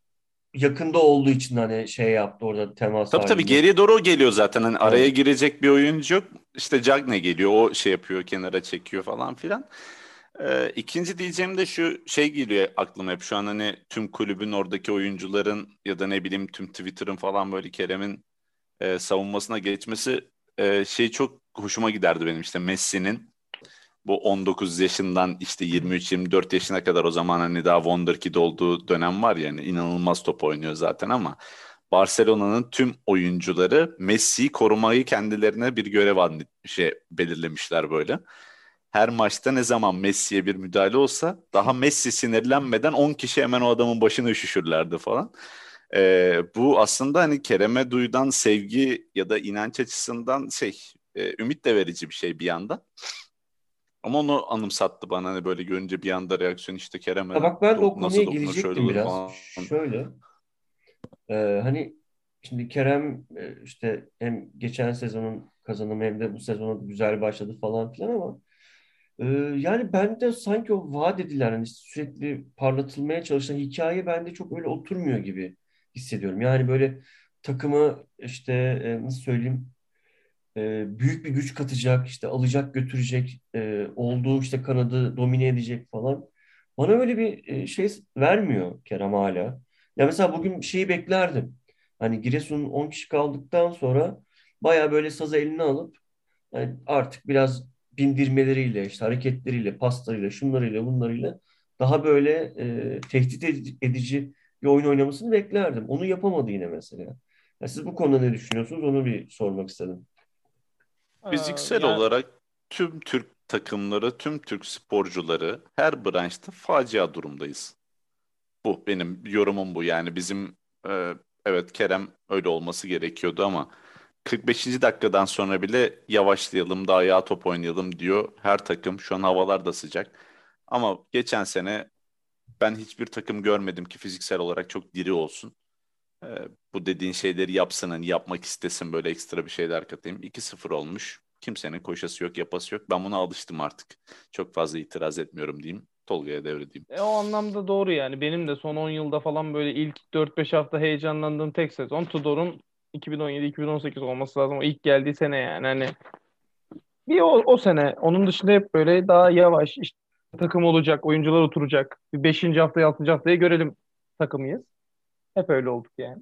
yakında olduğu için hani şey yaptı orada temas Tabii tabii halinde. geriye doğru o geliyor zaten. Hani araya Evet. girecek bir oyuncu yok. İşte Cagne geliyor. O şey yapıyor, kenara çekiyor falan filan. Ee, ikinci diyeceğim de şu şey geliyor aklıma hep. Şu an hani tüm kulübün oradaki oyuncuların ya da ne bileyim tüm Twitter'ın falan böyle Kerem'in e, savunmasına geçmesi e, şey çok hoşuma giderdi benim, işte Messi'nin bu on dokuz yaşından işte yirmi üç yirmi dört yaşına kadar, o zaman hani daha Wonderkid olduğu dönem var ya, yani inanılmaz top oynuyor zaten ama Barcelona'nın tüm oyuncuları Messi'yi korumayı kendilerine bir görev adlı- şey belirlemişler böyle. Her maçta ne zaman Messi'ye bir müdahale olsa daha Messi sinirlenmeden on kişi hemen o adamın başına üşüşürlerdi falan. Ee, bu aslında hani Kerem'e duyulan sevgi ya da inanç açısından şey e, ümit de verici bir şey bir yandan. Ama onu anımsattı bana, hani böyle görünce bir anda reaksiyon, işte Ha Kerem'e bak ben de o do- konuya nasıl dokunur şöyle gelecektim olur biraz. falan. Şöyle e, hani şimdi Kerem e, işte hem geçen sezonun kazanımı hem de bu sezona güzel başladı falan filan ama e, yani bende sanki o vaat edilen hani sürekli parlatılmaya çalışılan hikaye bende çok öyle oturmuyor gibi hissediyorum. Yani böyle takımı işte e, nasıl söyleyeyim e, büyük bir güç katacak, işte alacak götürecek, e, olduğu işte kanadı domine edecek falan. Bana öyle bir e, şey vermiyor Kerem hala. Ya mesela bugün şeyi beklerdim. Hani Giresun'un on kişi kaldıktan sonra baya böyle sazı eline alıp yani artık biraz bindirmeleriyle, işte hareketleriyle, paslarıyla, şunlarıyla, bunlarıyla daha böyle e, tehdit edici, edici bir oyun oynamasını beklerdim. Onu yapamadı yine mesela. Ya siz bu konuda ne düşünüyorsunuz? Onu bir sormak istedim. Ee, Fiziksel yani olarak tüm Türk takımları, tüm Türk sporcuları her branşta facia durumdayız. Bu benim yorumum bu. Yani bizim e, evet Kerem öyle olması gerekiyordu ama kırk beşinci dakikadan sonra bile yavaşlayalım da ayağa top oynayalım diyor her takım. Şu an havalar da sıcak. Ama geçen sene ben hiçbir takım görmedim ki fiziksel olarak çok diri olsun. E, bu dediğin şeyleri yapsın, hani yapmak istesin, böyle ekstra bir şeyler katayım. iki sıfır olmuş. Kimsenin koşası yok, yapası yok. Ben buna alıştım artık. Çok fazla itiraz etmiyorum diyeyim. Tolga'ya devredeyim. e, o anlamda doğru yani. Benim de son on yılda falan böyle ilk dört beş hafta heyecanlandığım tek sezon Tudor'un iki bin on yedi iki bin on sekiz olması lazım. O ilk geldiği sene yani. Hani bir o, o sene. Onun dışında hep böyle daha yavaş işte takım olacak, oyuncular oturacak. Bir beşinci haftaya, altıncı haftaya görelim takımıyız. Hep öyle olduk yani.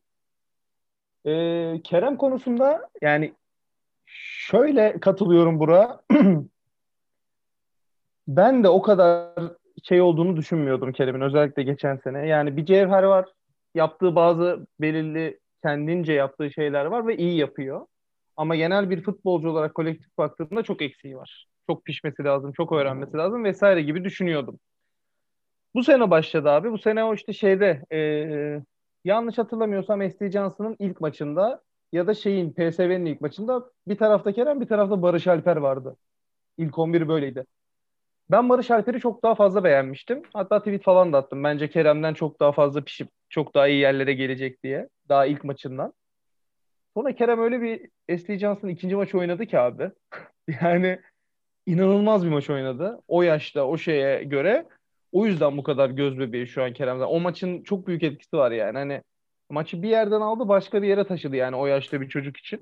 Ee, Kerem konusunda yani şöyle katılıyorum Burak'a. Ben de o kadar şey olduğunu düşünmüyordum Kerem'in, özellikle geçen sene. Yani bir cevher var. Yaptığı bazı belirli kendince yaptığı şeyler var ve iyi yapıyor. Ama genel bir futbolcu olarak kolektif baktığımda çok eksiği var. Çok pişmesi lazım, çok öğrenmesi lazım vesaire gibi düşünüyordum. Bu sene başladı abi. Bu sene o işte şeyde eee, yanlış hatırlamıyorsam S C Johnson'ın ilk maçında ya da şeyin P S V'nin ilk maçında bir tarafta Kerem bir tarafta Barış Alper vardı. İlk on bir böyleydi. Ben Barış Alper'i çok daha fazla beğenmiştim. Hatta tweet falan da attım. Bence Kerem'den çok daha fazla pişip çok daha iyi yerlere gelecek diye. Daha ilk maçından. Sonra Kerem öyle bir S C Johnson ikinci maçı oynadı ki abi. Yani inanılmaz bir maç oynadı. O yaşta o şeye göre. O yüzden bu kadar göz bebeği şu an Kerem'den. O maçın çok büyük etkisi var yani. Hani maçı bir yerden aldı başka bir yere taşıdı yani o yaşta bir çocuk için.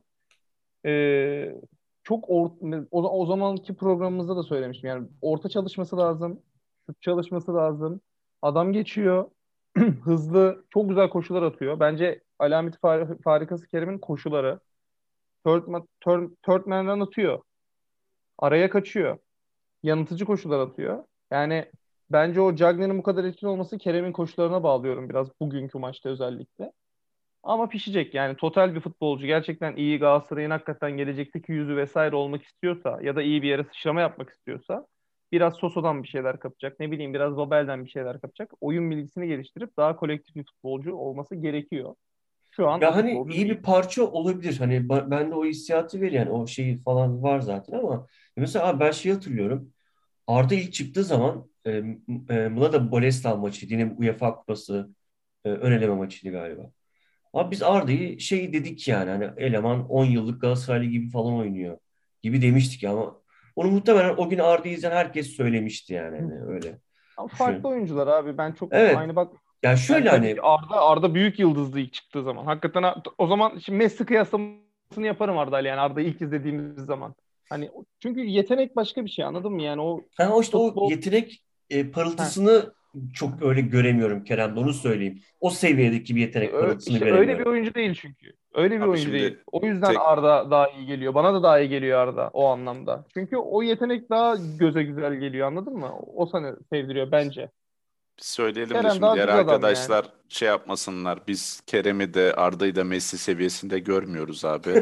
Ee, çok or o, o zamanki programımızda da söylemiştim. Yani orta çalışması lazım. Şut çalışması lazım. Adam geçiyor. Hızlı. Çok güzel koşular atıyor. Bence alameti far- farikası Kerem'in koşuları. Third, ma- third, third man run atıyor. Araya kaçıyor. Yanıltıcı koşular atıyor. Yani bence o Cagney'in bu kadar etkili olması Kerem'in koşularına bağlıyorum biraz bugünkü maçta özellikle. Ama pişecek yani total bir futbolcu gerçekten iyi Galatasaray'ın hakikaten gelecekteki yüzü vesaire olmak istiyorsa ya da iyi bir yere sıçrama yapmak istiyorsa biraz Soso'dan bir şeyler kapacak. Ne bileyim biraz Babel'den bir şeyler kapacak. Oyun bilgisini geliştirip daha kolektif bir futbolcu olması gerekiyor. Şu an o Ya hani futbolcu iyi değil. bir parça olabilir. Hani ba- bende o hissiyatı veriyor. Yani o şeyi falan var zaten ama mesela abi ben şeyi hatırlıyorum. Arda ilk çıktığı zaman e, e, buna da Boleslav maçıydı. Yine UEFA Kupası e, ön eleme maçıydı galiba. Abi biz Arda'yı şey dedik yani hani eleman on yıllık Galatasaraylı gibi falan oynuyor gibi demiştik ama onu muhtemelen o gün Arda'yı izleyen herkes söylemişti yani hani öyle Ama farklı düşün. oyuncular abi. Ben çok Evet. aynı bak. Yani şöyle Yani tabii hani ki Arda Arda büyük yıldızdı ilk çıktığı zaman. Hakikaten o zaman şimdi Messi kıyaslamasını yaparım Arda'yla, yani Arda'yı ilk izlediğimiz zaman. Hani çünkü yetenek başka bir şey, anladın mı? Yani o ben o işte o futbol. yetenek e, Heh. parıltısını çok öyle göremiyorum Kerem. Onu söyleyeyim. O seviyedeki bir yetenek Ö- parıltısını işte öyle bir göremiyorum. oyuncu değil çünkü. Öyle bir Abi oyuncu değil. şimdi O yüzden tek Arda daha iyi geliyor. Bana da daha iyi geliyor Arda o anlamda. Çünkü o yetenek daha göze güzel geliyor, anladın mı? O sana sevdiriyor bence. söyleyelim de Kerem şimdi daha diğer düz adam yani. arkadaşlar şey yapmasınlar. Biz Kerem'i de Arda'yı da Messi seviyesinde görmüyoruz abi.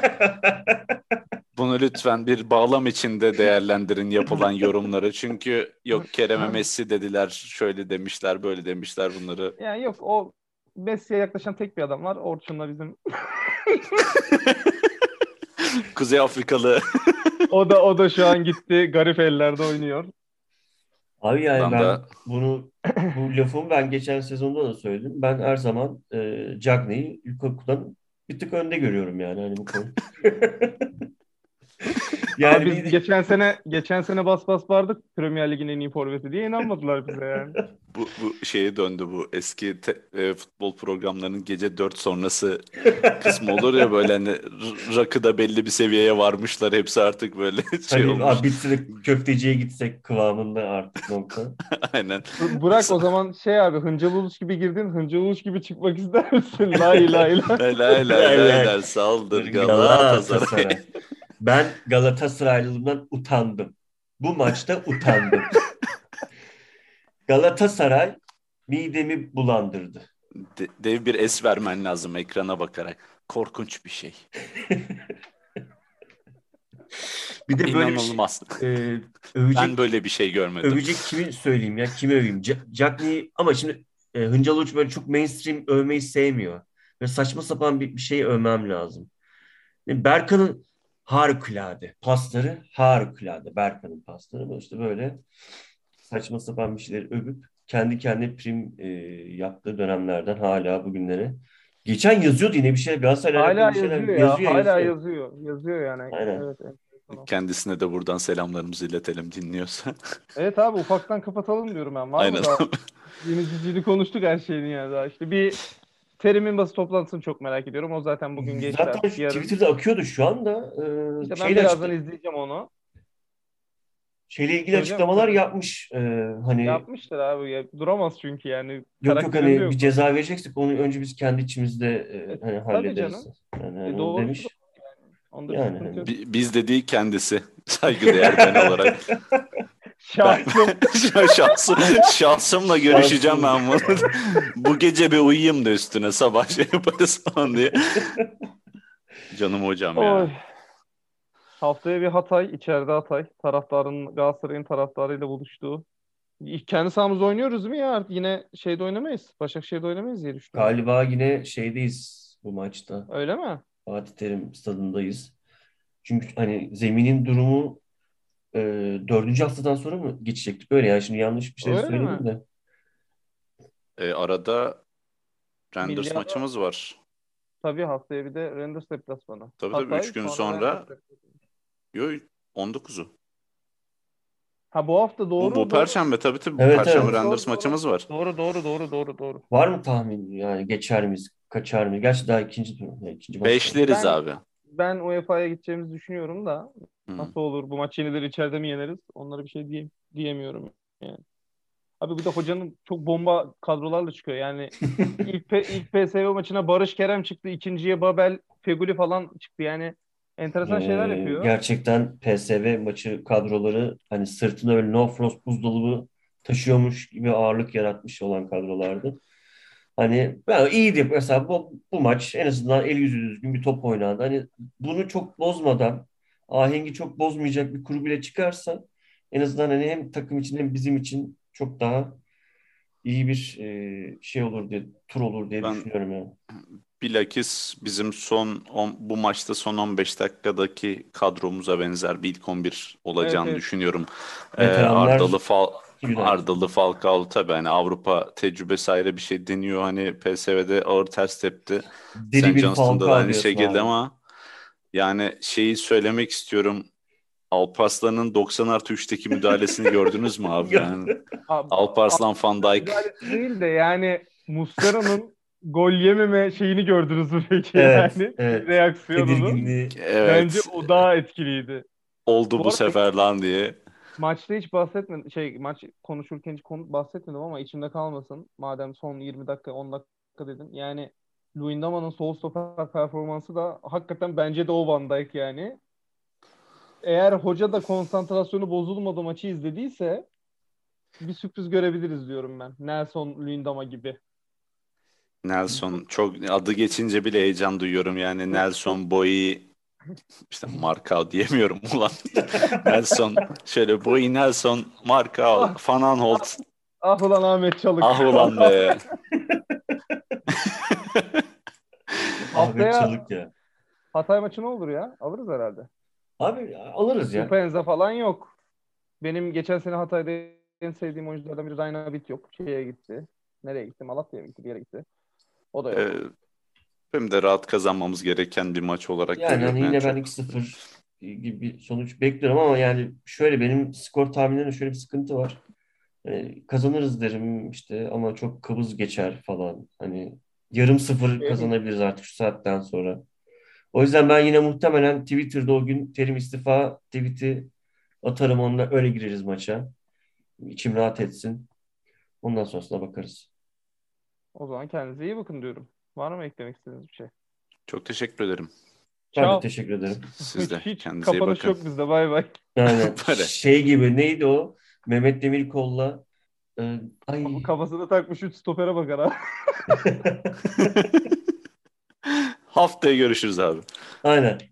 Bunu lütfen bir bağlam içinde değerlendirin yapılan yorumları. Çünkü yok Kerem'e Messi dediler, şöyle demişler, böyle demişler bunları. Yani yok, o Messi'ye yaklaşan tek bir adam var. Orçun'la bizim. Kuzey Afrikalı. O da o da şu an gitti. Garip ellerde oynuyor. Abi yani Dan ben da bunu bu lafımı ben geçen sezonda da söyledim. Ben her zaman e, Cagney'i Lukaku'dan bir tık önde görüyorum yani hani bu konu. Yani Abi biz bir geçen sene geçen sene bas bas bağırdık Premier Lig'in en iyi forveti diye, inanmadılar bize yani. bu, bu şeye döndü bu eski te- e, futbol programlarının gece dört sonrası kısmı olur ya böyle hani r- rakıda belli bir seviyeye varmışlar hepsi artık böyle şey hani olmuş. abi bitse de köfteciye gitsek kıvamında artık nokta. Aynen. B- Bırak o zaman şey abi, Hıncal Uluç gibi girdin, Hıncal Uluç gibi çıkmak ister misin? Lay lay lay. Lay lay lay lay saldır Galatasaray. Galatasaray. Ben Galatasaraylılığımdan utandım. Bu maçta utandım. Galatasaray midemi bulandırdı. De- dev bir es vermen lazım ekrana bakarak. Korkunç bir şey. Bir de böyle bir şey, İnanılmaz. e, Ben övecek böyle bir şey görmedim. övecek kimi söyleyeyim ya, kimi öveyim? Ja- Cagney ama şimdi e, Hıncal Uç böyle çok mainstream övmeyi sevmiyor. Ve saçma sapan bir, bir şey övmem lazım. Yani Berkan'ın harikulade pasları, harikulade Berkan'ın pasları ama işte böyle saçma sapan bir şeyleri övüp kendi kendine prim e, yaptığı dönemlerden hala bugünlere. Geçen yazıyordu yine bir şey, Galatasaray'la alakalı Hala bir şeyler yazıyor ya. yazıyor Hala yazıyor. yazıyor. Yazıyor yani. Aynen. Evet. enteresan o. Kendisine de buradan selamlarımızı iletelim dinliyorsa. Evet abi, ufaktan kapatalım diyorum ben. Var mı Aynen. daha? Yeni cicili konuştuk her şeyini yani daha. İşte bir terimin basın toplantısını çok merak ediyorum. O zaten bugün geçti Zaten artık. şu Yarın. Twitter'da akıyordu şu anda. Ee, İşte ben şeyle birazdan açıkla izleyeceğim onu. şeyle ilgili Söyle, açıklamalar söyle. yapmış. Ee, hani Yapmışlar abi. Ya, duramaz çünkü yani. yok yok Karakterinde hani bir yok. ceza vereceksek onu önce biz kendi içimizde E, e, hani tabii hallederiz. canım. Yani E, hani onu doğrusu da demiş. yani. Onda bir Yani sıkıntı hani. yok. Bi- Biz de değil kendisi. Saygıdeğer ben olarak. Ben Şahsım. şahsım, şahsımla görüşeceğim Şahsım. ben bunu. Bu gece bir uyuyayım da üstüne sabah şey yaparız falan diye. Canım hocam Oy. ya. Haftaya bir Hatay, içeride Hatay. Taraftarın, Galatasaray'ın taraftarıyla buluştuğu. Kendi sahamızda oynuyoruz değil mi ya? Artık yine şeyde oynamayız. Başakşehir'de oynamayız diye düşünüyorum. Galiba yine şeydeyiz bu maçta. Öyle mi? Fatih Terim stadındayız. Çünkü hani zeminin durumu e, dördüncü haftadan sonra mı geçecektik? Böyle yani şimdi yanlış bir şey Öyle söyledim mi? de. E, arada Rangers Milli Ada maçımız var. tabii, haftaya bir de Rangers deplasmanı. Tabii tabii üç Hatay gün sonra Rangers sonra deplasmanı. yo on dokuzu. Ha, bu hafta Bu, bu doğru doğru. Perşembe tabii tabii bu Evet Perşembe Doğru evet. Rangers doğru doğru. maçımız var. Doğru doğru doğru doğru doğru. Var mı tahmin yani geçer miyiz, kaçar mıyız? Gerçi daha ikinci tur, yani ikinci maç var. Beşleriz Ben abi. ben U E F A'ya gideceğimizi düşünüyorum da Hı. nasıl olur, bu maç yenilir içeride mi yeneriz? Onlara bir şey diye, diyemiyorum yani. Abi bir de hocanın çok bomba kadrolarla çıkıyor. Yani ilk P- ilk P S V maçına Barış Kerem çıktı, ikinciye Babel, Feguli falan çıktı. Yani enteresan şeyler Ee, yapıyor. gerçekten P S V maçı kadroları hani sırtına böyle no frost buzdolabı taşıyormuş gibi ağırlık yaratmış olan kadrolardı. Hani ben iyiydi mesela bu, bu maç en azından el yüzü düzgün bir top oynandı. Hani bunu çok bozmadan ahengi çok bozmayacak bir kuru bile çıkarsa en azından hani hem takım için hem bizim için çok daha iyi bir e, şey olur diye tur olur diye Ben düşünüyorum yani. bilakis bizim son on, bu maçta son on beş dakikadaki kadromuza benzer bir ilk on bir Evet olacağını evet. düşünüyorum. Ee, Veteranlar Ardalı Fal güven. Ardalı Falcao tabii hani Avrupa tecrübesi ayrı bir şey deniyor. Hani P S V'de ağır ters tepti. Diri Saint bir Johnston'da da Falcao aynı şey diyorsun geldi abi. ama yani şeyi söylemek istiyorum. Alparslan'ın doksan artı üçteki müdahalesini gördünüz mü abi? Yok. Yani Abi, Alparslan Van Dijk müdahalesi değil de yani Muslera'nın gol yememe şeyini gördünüz mü peki Evet, yani? evet. Reaksiyonunu. Tedirginliği. Bence Evet. o daha etkiliydi. Oldu Bu bu arada sefer lan diye. maçta hiç bahsetmedim. Şey maç konuşurken hiç konu bahsetmedim ama içimde kalmasın. Madem son yirmi dakika on dakika dedim. Yani Luyendama'nın sol stoper performansı da hakikaten bence de o Van Dijk yani. Eğer hoca da konsantrasyonu bozulmadı maçı izlediyse bir sürpriz görebiliriz diyorum ben. Nelson Luyendama gibi. Nelson çok adı geçince bile heyecan duyuyorum yani. Nelson Boyi işte Markao diyemiyorum ulan. Nelson şöyle Boyi Nelson Markao Ah, Van ah, Aanholt. ah ulan Ahmet Çalık. Ah ulan be. Ahmet Haftaya Çalık ya. Hatay maçı ne olur ya? Alırız herhalde. Abi alırız ya. Upenza falan yok. Benim geçen sene Hatay'da en sevdiğim oyunculardan biri Rayna Bit yok. Şeye gitti. Nereye gitti? Malatya'ya mı gitti? Bir yere gitti. O da Ee, yok. Benim de rahat kazanmamız gereken bir maç olarak Yani görüyorum. hani Yani yine ben çok iki sıfır gibi bir sonuç bekliyorum ama yani şöyle benim skor tahminlerinde şöyle bir sıkıntı var. Hani kazanırız derim işte ama çok kıvız geçer falan. Hani yarım sıfır Benim, kazanabiliriz artık şu saatten sonra. O yüzden ben yine muhtemelen Twitter'da o gün Terim istifa tweet'i atarım, onunla öyle gireriz maça. İçim rahat etsin. Ondan sonrasına bakarız. o zaman kendinize iyi bakın diyorum. Var mı eklemek istediğiniz bir şey? çok teşekkür ederim. Ben de Ciao. teşekkür ederim. Siz Hiç, de hiç kendinize iyi kapanış bakın. yok bizde. Bay bay. Yani Böyle. şey gibi neydi o? Mehmet Demirkol'la e, ay Kafasına takmış üç stopere bakar ha. Haftaya görüşürüz abi. aynen.